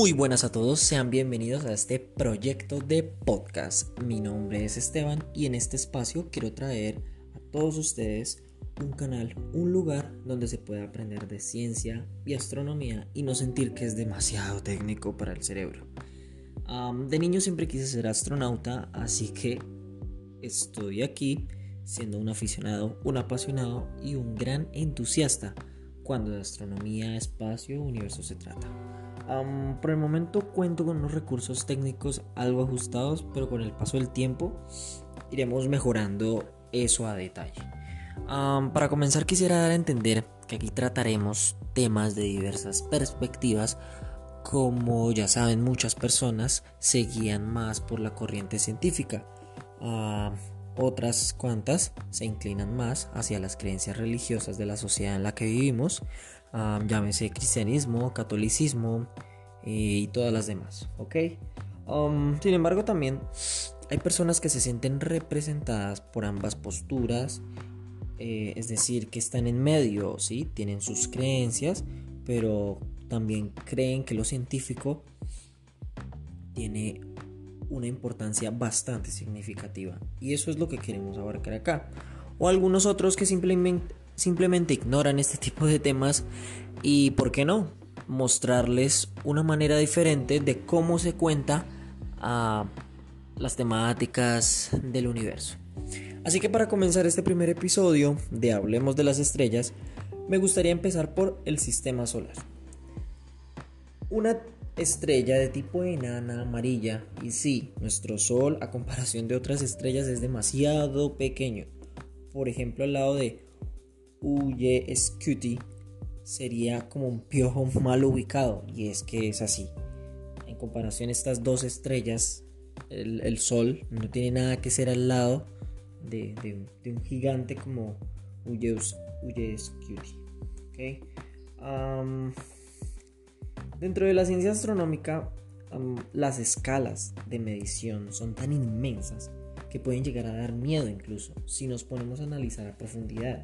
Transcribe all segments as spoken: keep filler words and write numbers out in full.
Muy buenas a todos, sean bienvenidos a este proyecto de podcast. Mi nombre es Esteban y en este espacio quiero traer a todos ustedes un canal, un lugar donde se pueda aprender de ciencia y astronomía y no sentir que es demasiado técnico para el cerebro. Um, de niño siempre quise ser astronauta, así que estoy aquí siendo un aficionado, un apasionado y un gran entusiasta cuando de astronomía, espacio, universo se trata. Um, por el momento cuento con unos recursos técnicos algo ajustados, pero con el paso del tiempo iremos mejorando eso a detalle. Um, para comenzar quisiera dar a entender que aquí trataremos temas de diversas perspectivas. Como ya saben, muchas personas se guían más por la corriente científica, uh, otras cuantas se inclinan más hacia las creencias religiosas de la sociedad en la que vivimos. Um, llámese cristianismo, catolicismo eh, y todas las demás, ¿ok? Um, sin embargo, también hay personas que se sienten representadas por ambas posturas, eh, es decir, que están en medio, ¿sí? Tienen sus creencias, pero también creen que lo científico tiene una importancia bastante significativa, y eso es lo que queremos abarcar acá. O algunos otros que simplemente Simplemente ignoran este tipo de temas y, ¿por qué no?, mostrarles una manera diferente de cómo se cuenta uh, las temáticas del universo. Así que para comenzar este primer episodio de Hablemos de las Estrellas, me gustaría empezar por el sistema solar. Una estrella de tipo enana amarilla, y sí, nuestro Sol a comparación de otras estrellas es demasiado pequeño. Por ejemplo, al lado de Uye Scuti sería como un piojo mal ubicado, y es que es así. En comparación, estas dos estrellas, el, el Sol no tiene nada que ser al lado de, de, de un gigante como Uye Scuti. ¿Okay? Um, dentro de la ciencia astronómica, um, las escalas de medición son tan inmensas que pueden llegar a dar miedo incluso si nos ponemos a analizar a profundidad.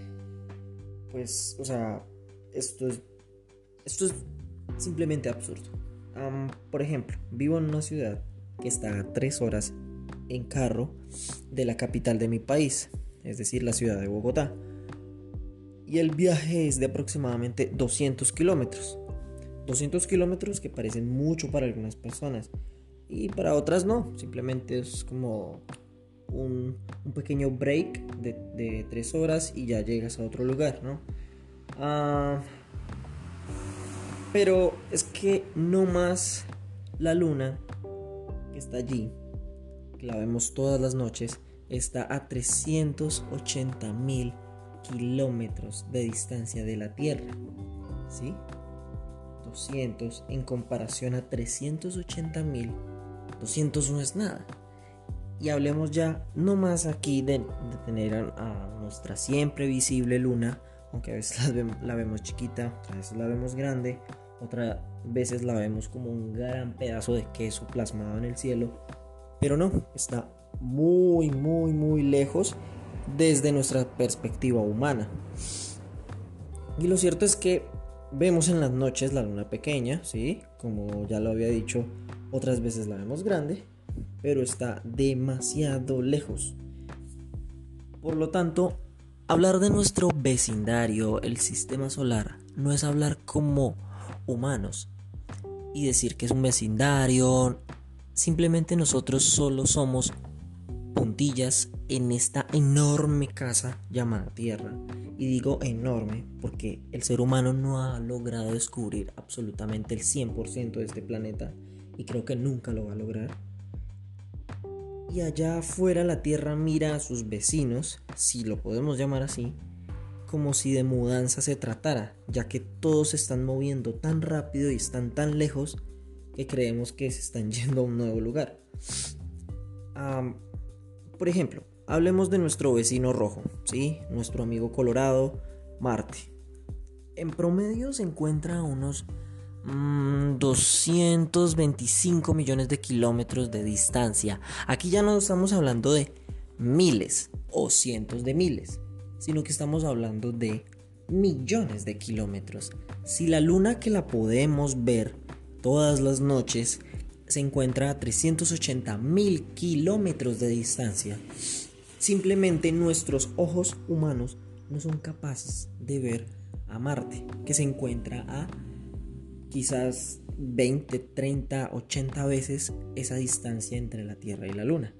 Pues, o sea, esto es, esto es simplemente absurdo. Um, por ejemplo, vivo en una ciudad que está a tres horas en carro de la capital de mi país, es decir, la ciudad de Bogotá. Y el viaje es de aproximadamente doscientos kilómetros. doscientos kilómetros que parecen mucho para algunas personas y para otras no. Simplemente es como Un, un pequeño break de, de tres horas y ya llegas a otro lugar, ¿no? Uh, pero es que no más la luna, que está allí, que la vemos todas las noches, está a trescientos ochenta mil kilómetros de distancia de la Tierra, ¿sí? doscientos en comparación a trescientos ochenta mil, doscientos no es nada. Y hablemos ya no más aquí de, de tener a, a nuestra siempre visible luna, aunque a veces la vemos, la vemos chiquita, otras veces la vemos grande, otras veces la vemos como un gran pedazo de queso plasmado en el cielo, pero no, está muy muy muy lejos desde nuestra perspectiva humana. Y lo cierto es que vemos en las noches la luna pequeña, ¿sí? Como ya lo había dicho, otras veces la vemos grande, pero está demasiado lejos. Por lo tanto, hablar de nuestro vecindario, el sistema solar, no es hablar como humanos y decir que es un vecindario. Simplemente nosotros solo somos puntillas en esta enorme casa llamada Tierra. Y digo enorme porque el ser humano no ha logrado descubrir absolutamente el cien por ciento de este planeta, y creo que nunca lo va a lograr. Y allá afuera la Tierra mira a sus vecinos, si lo podemos llamar así, como si de mudanza se tratara, ya que todos se están moviendo tan rápido y están tan lejos que creemos que se están yendo a un nuevo lugar. Um, por ejemplo, hablemos de nuestro vecino rojo, ¿sí? Nuestro amigo colorado, Marte. En promedio se encuentra a unos Mm, doscientos veinticinco millones de kilómetros de distancia. Aquí ya no estamos hablando de miles o cientos de miles, sino que estamos hablando de millones de kilómetros. Si la luna, que la podemos ver, todas las noches, se encuentra a trescientos ochenta mil kilómetros de distancia. Simplemente nuestros ojos humanos no son capaces de ver a Marte, que se encuentra a quizás veinte, treinta, ochenta veces esa distancia entre la Tierra y la Luna.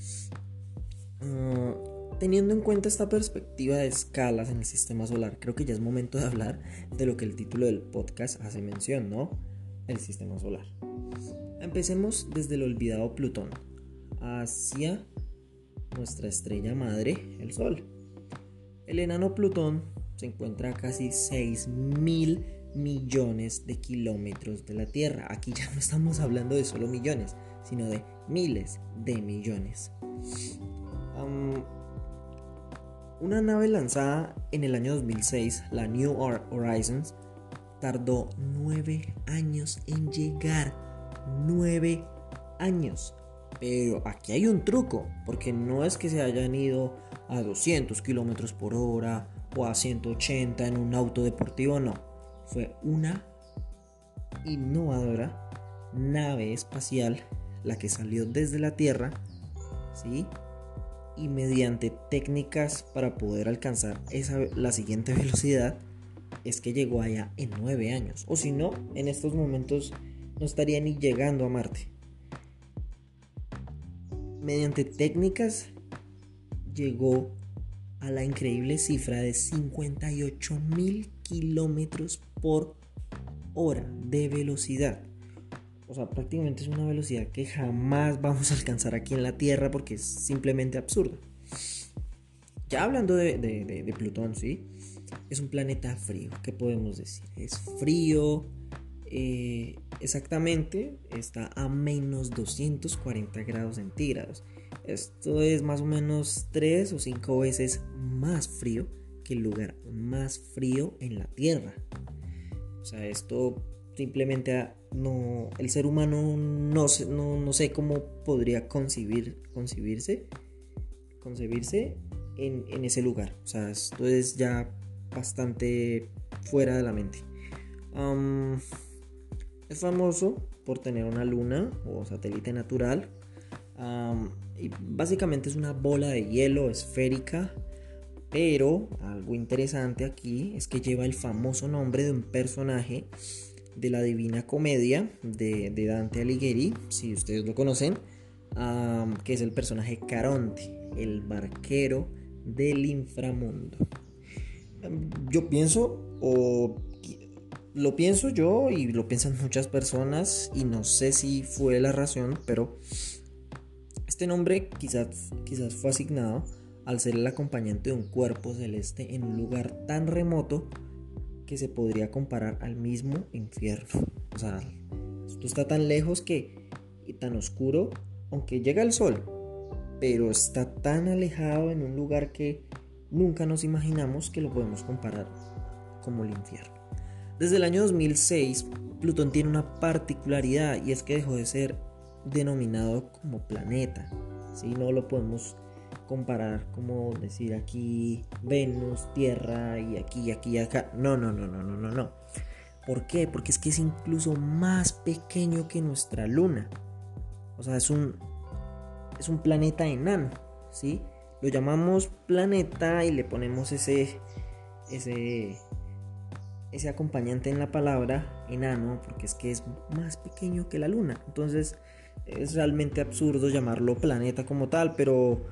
Uh, teniendo en cuenta esta perspectiva de escalas en el sistema solar, creo que ya es momento de hablar de lo que el título del podcast hace mención, ¿no? El sistema solar. Empecemos desde el olvidado Plutón hacia nuestra estrella madre, el Sol. El enano Plutón se encuentra a casi seis mil millones de kilómetros de la Tierra. Aquí ya no estamos hablando de solo millones, sino de miles de millones. Um, una nave lanzada en el año dos mil seis, la New Horizons, tardó nueve años en llegar. Nueve años. Pero aquí hay un truco, porque no es que se hayan ido a doscientos kilómetros por hora o a ciento ochenta en un auto deportivo, no. Fue una innovadora nave espacial la que salió desde la Tierra, ¿sí? Y mediante técnicas para poder alcanzar esa, la siguiente velocidad, es que llegó allá en nueve años. O si no, en estos momentos no estaría ni llegando a Marte. Mediante técnicas llegó a la increíble cifra de cincuenta y ocho mil kilómetros por hora de velocidad. O sea, prácticamente es una velocidad que jamás vamos a alcanzar aquí en la Tierra porque es simplemente absurdo. Ya hablando de, de, de, de Plutón, ¿sí? Es un planeta frío. ¿Qué podemos decir? Es frío. Eh, exactamente está a menos doscientos cuarenta grados centígrados. Esto es más o menos tres o cinco veces más frío que el lugar más frío en la Tierra. O sea, esto simplemente no, el ser humano no, no, no sé cómo podría concebir, concebirse, concebirse en, en ese lugar. O sea, esto es ya bastante fuera de la mente. Um, Es famoso por tener una luna o satélite natural. Um, y básicamente es una bola de hielo esférica. Pero algo interesante aquí es que lleva el famoso nombre de un personaje de la Divina Comedia de, de Dante Alighieri, si ustedes lo conocen, um, que es el personaje Caronte, el barquero del inframundo. Um, yo pienso o... Lo pienso yo y lo piensan muchas personas y no sé si fue la razón, pero este nombre quizás, quizás fue asignado al ser el acompañante de un cuerpo celeste en un lugar tan remoto que se podría comparar al mismo infierno. O sea, esto está tan lejos que y tan oscuro, aunque llega el sol, pero está tan alejado en un lugar que nunca nos imaginamos que lo podemos comparar como el infierno. Desde el año dos mil seis, Plutón tiene una particularidad y es que dejó de ser denominado como planeta, ¿sí? No lo podemos comparar como decir aquí Venus, Tierra y aquí, aquí y acá. No, no, no, no, no, no, no. ¿Por qué? Porque es que es incluso más pequeño que nuestra Luna. O sea, es un, es un planeta enano, ¿sí? Lo llamamos planeta y le ponemos ese... ese ese acompañante en la palabra enano, porque es que es más pequeño que la luna. Entonces es realmente absurdo llamarlo planeta como tal, pero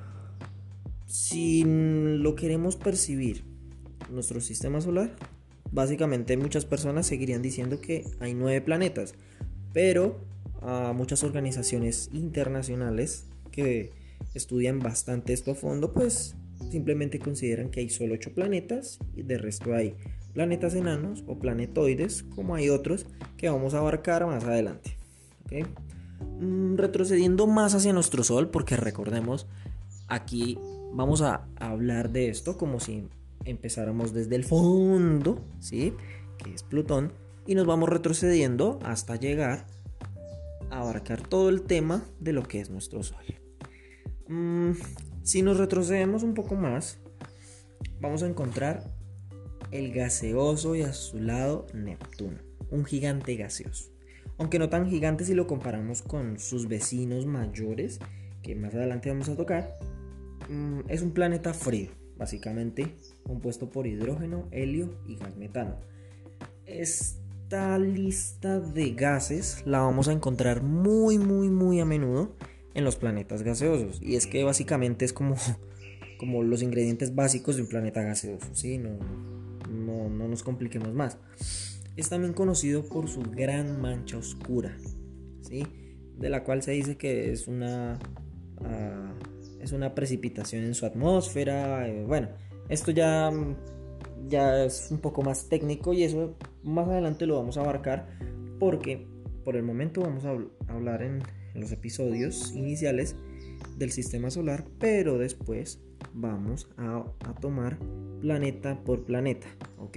si lo queremos percibir nuestro sistema solar, básicamente muchas personas seguirían diciendo que hay nueve planetas, pero a muchas organizaciones internacionales que estudian bastante esto a fondo, pues simplemente consideran que hay solo ocho planetas y de resto hay planetas enanos o planetoides, como hay otros que vamos a abarcar más adelante. ¿Okay? Mm, retrocediendo más hacia nuestro Sol, porque recordemos, aquí vamos a hablar de esto como si empezáramos desde el fondo, ¿sí? Que es Plutón, y nos vamos retrocediendo hasta llegar a abarcar todo el tema de lo que es nuestro Sol. Mm, si nos retrocedemos un poco más, vamos a encontrar el gaseoso y azulado Neptuno, un gigante gaseoso. aunque no tan gigante si lo comparamos con sus vecinos mayores, que más adelante vamos a tocar. Es un planeta frío, básicamente compuesto por hidrógeno, helio y gas metano. Esta lista de gases la vamos a encontrar muy muy muy a menudo en los planetas gaseosos, y es que básicamente es como, como los ingredientes básicos de un planeta gaseoso, ¿sí? No, no, no nos compliquemos más. Es también conocido por su gran mancha oscura, ¿sí? De la cual se dice que es una, uh, es una precipitación en su atmósfera. Eh, bueno, esto ya, ya es un poco más técnico, y eso más adelante lo vamos a abarcar, porque por el momento vamos a hablar en, en los episodios iniciales del sistema solar, pero después vamos a, a tomar planeta por planeta, ¿ok?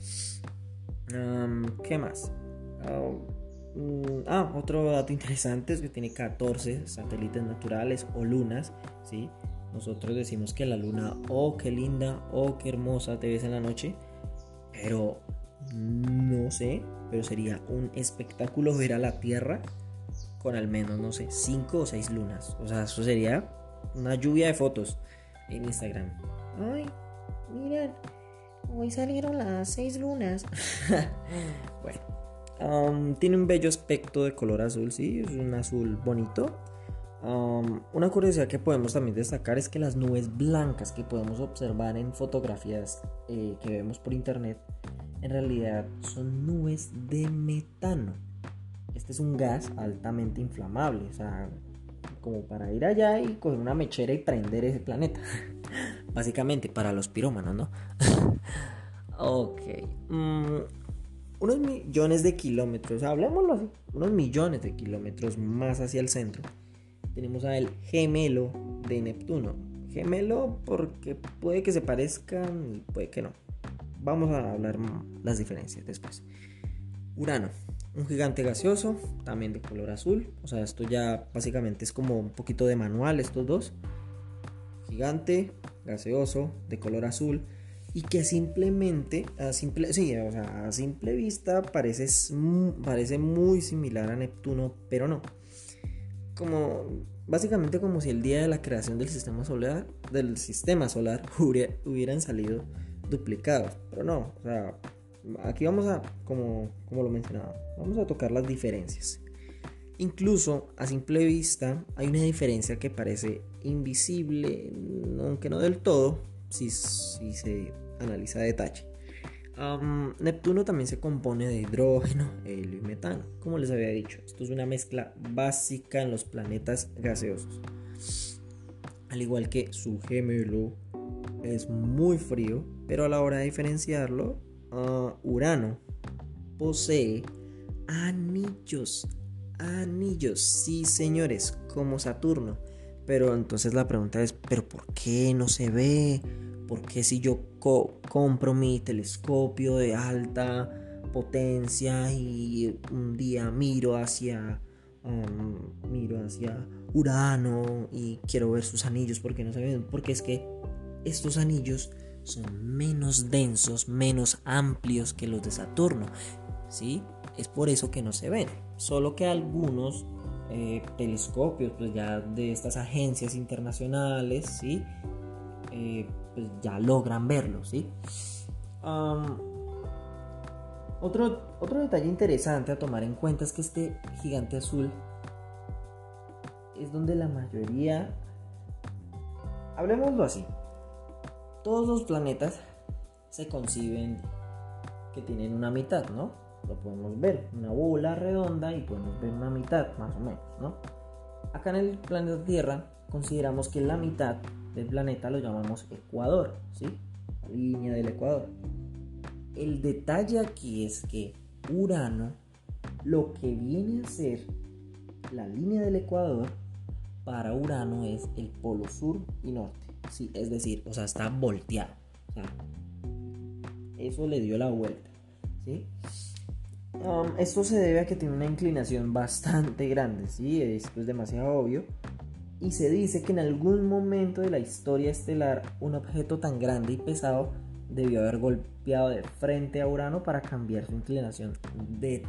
Um, ¿Qué más? Uh, um, ah, otro dato interesante es que tiene catorce satélites naturales o lunas, ¿sí? Nosotros decimos que la luna, oh, qué linda, oh, qué hermosa te ves en la noche, pero no sé, pero sería un espectáculo ver a la Tierra con al menos, no sé, cinco o seis lunas. O sea, eso sería una lluvia de fotos en Instagram. Ay, miren, hoy salieron las seis lunas. Bueno, um, tiene un bello aspecto de color azul, sí, es un azul bonito. Um, una curiosidad que podemos también destacar es que las nubes blancas que podemos observar en fotografías eh, que vemos por internet, en realidad son nubes de metano. Este es un gas altamente inflamable, o sea, como para ir allá y coger una mechera y prender ese planeta. Básicamente para los pirómanos, ¿no? Ok. Mm, unos millones de kilómetros, hablemoslo así, unos millones de kilómetros más hacia el centro, tenemos al gemelo de Neptuno. Gemelo porque puede que se parezcan y puede que no. Vamos a hablar las diferencias después. Urano, un gigante gaseoso, también de color azul. O sea, esto ya básicamente es como un poquito de manual, estos dos. Gigante, gaseoso, de color azul, y que simplemente, a simple, sí, o sea, a simple vista parece, parece muy similar a Neptuno, pero no. Como básicamente como si el día de la creación del sistema solar, del sistema solar hubieran salido duplicados, pero no, o sea, aquí vamos a, como, como lo mencionaba, vamos a tocar las diferencias. Incluso a simple vista hay una diferencia que parece invisible, aunque no del todo, si, si se analiza a detalle. Um, Neptuno también se compone de hidrógeno, helio y metano. Como les había dicho, esto es una mezcla básica en los planetas gaseosos. Al igual que su gemelo es muy frío, pero a la hora de diferenciarlo, uh, Urano posee anillos. Anillos, sí señores, como Saturno. Pero entonces la pregunta es, ¿pero por qué no se ve? ¿Por qué si yo co- compro mi telescopio de alta potencia y un día miro hacia um, miro hacia Urano y quiero ver sus anillos, ¿por qué no se ven? Porque es que estos anillos son menos densos, menos amplios que los de Saturno, ¿sí? Es por eso que no se ven. Solo que algunos eh, telescopios, pues ya de estas agencias internacionales, ¿sí? Eh, pues ya logran verlo, ¿sí? Um, otro, otro detalle interesante a tomar en cuenta es que este gigante azul es donde la mayoría, hablemoslo así, todos los planetas se conciben que tienen una mitad, ¿no? Lo podemos ver, una bola redonda, y podemos ver una mitad, más o menos, ¿no? Acá en el planeta Tierra consideramos que la mitad del planeta lo llamamos ecuador, ¿sí? La línea del ecuador. El detalle aquí es que Urano, lo que viene a ser la línea del ecuador, para Urano es el polo sur y norte, ¿sí? Es decir, o sea, está volteado, o sea, eso le dio la vuelta, ¿sí? Um, esto se debe a que tiene una inclinación bastante grande, ¿sí? Esto es demasiado obvio. Y se dice que en algún momento de la historia estelar un objeto tan grande y pesado debió haber golpeado de frente a Urano para cambiar su inclinación de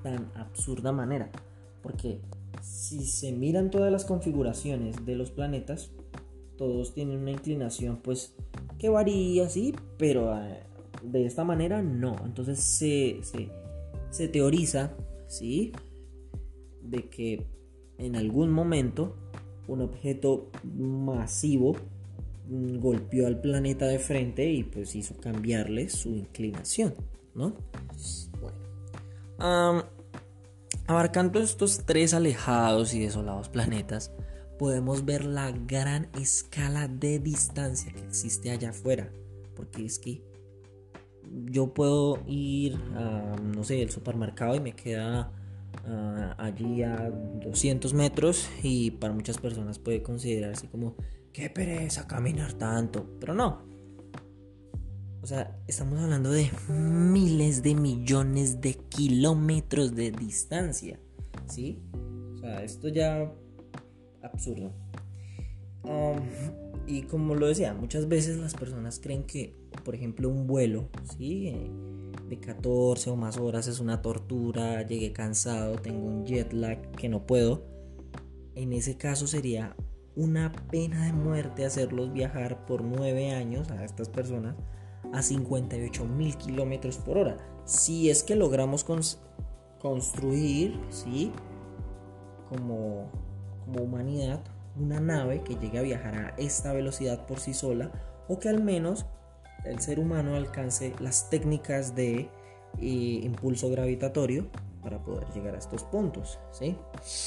tan absurda manera, porque si se miran todas las configuraciones de los planetas, todos tienen una inclinación pues que varía, sí, pero eh, de esta manera no. Entonces se, se, se teoriza, sí, de que en algún momento un objeto masivo golpeó al planeta de frente y pues hizo cambiarle su inclinación, ¿no? Bueno, um, abarcando estos tres alejados y desolados planetas, podemos ver la gran escala de distancia que existe allá afuera, porque es que yo puedo ir a, no sé, el supermercado y me queda uh, allí a doscientos metros, y para muchas personas puede considerarse como qué pereza caminar tanto, pero no. O sea, estamos hablando de miles de millones de kilómetros de distancia, ¿sí? O sea, esto ya absurdo. Um, y como lo decía, muchas veces las personas creen que, por ejemplo, un vuelo, ¿sí?, de catorce o más horas es una tortura, llegué cansado, tengo un jet lag que no puedo. En ese caso sería una pena de muerte hacerlos viajar por nueve años a estas personas a cincuenta y ocho mil kilómetros por hora. Si es que logramos cons- construir, ¿sí?, como, como humanidad, una nave que llegue a viajar a esta velocidad por sí sola, o que al menos el ser humano alcance las técnicas de eh, impulso gravitatorio para poder llegar a estos puntos, ¿sí?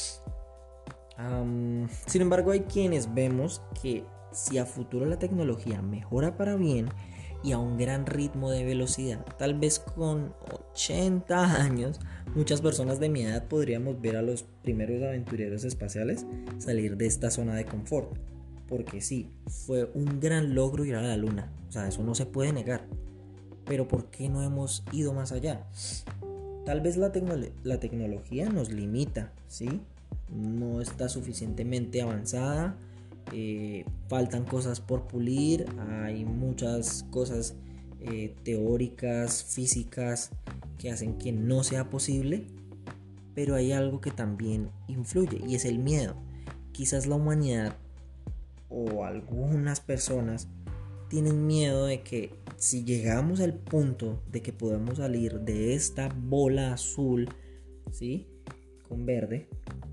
Um, sin embargo, hay quienes vemos que si a futuro la tecnología mejora para bien y a un gran ritmo de velocidad, tal vez con ochenta años, muchas personas de mi edad podríamos ver a los primeros aventureros espaciales salir de esta zona de confort. Porque sí, fue un gran logro ir a la luna, o sea, eso no se puede negar. Pero ¿por qué no hemos ido más allá? Tal vez la, tecno- la tecnología nos limita, ¿sí? No está suficientemente avanzada, eh, faltan cosas por pulir, hay muchas cosas eh, teóricas, físicas, que hacen que no sea posible, pero hay algo que también influye y es el miedo. Quizás la humanidad o algunas personas tienen miedo de que si llegamos al punto de que podemos salir de esta bola azul, ¿sí?, con verde,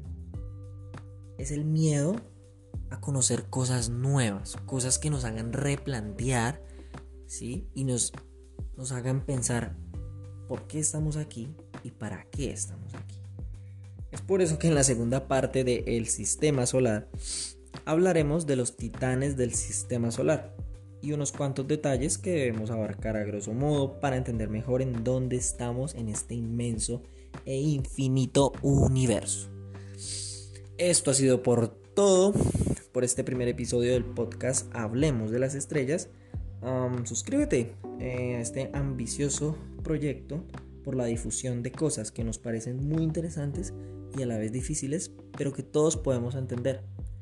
es el miedo a conocer cosas nuevas, cosas que nos hagan replantear, ¿sí?, y nos, nos hagan pensar por qué estamos aquí y para qué estamos aquí. Es por eso que en la segunda parte de El Sistema Solar hablaremos de los titanes del Sistema Solar y unos cuantos detalles que debemos abarcar a grosso modo para entender mejor en dónde estamos en este inmenso e infinito universo. Esto ha sido por todo por este primer episodio del podcast Hablemos de las Estrellas. Um, suscríbete eh, a este ambicioso proyecto por la difusión de cosas que nos parecen muy interesantes y a la vez difíciles, pero que todos podemos entender.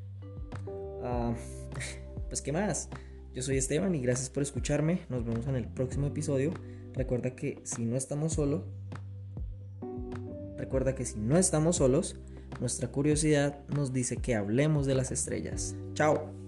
Uh, pues qué más, yo soy Esteban y gracias por escucharme. Nos vemos en el próximo episodio. Recuerda que si no estamos solos, recuerda que si no estamos solos, nuestra curiosidad nos dice que hablemos de las estrellas. Chao.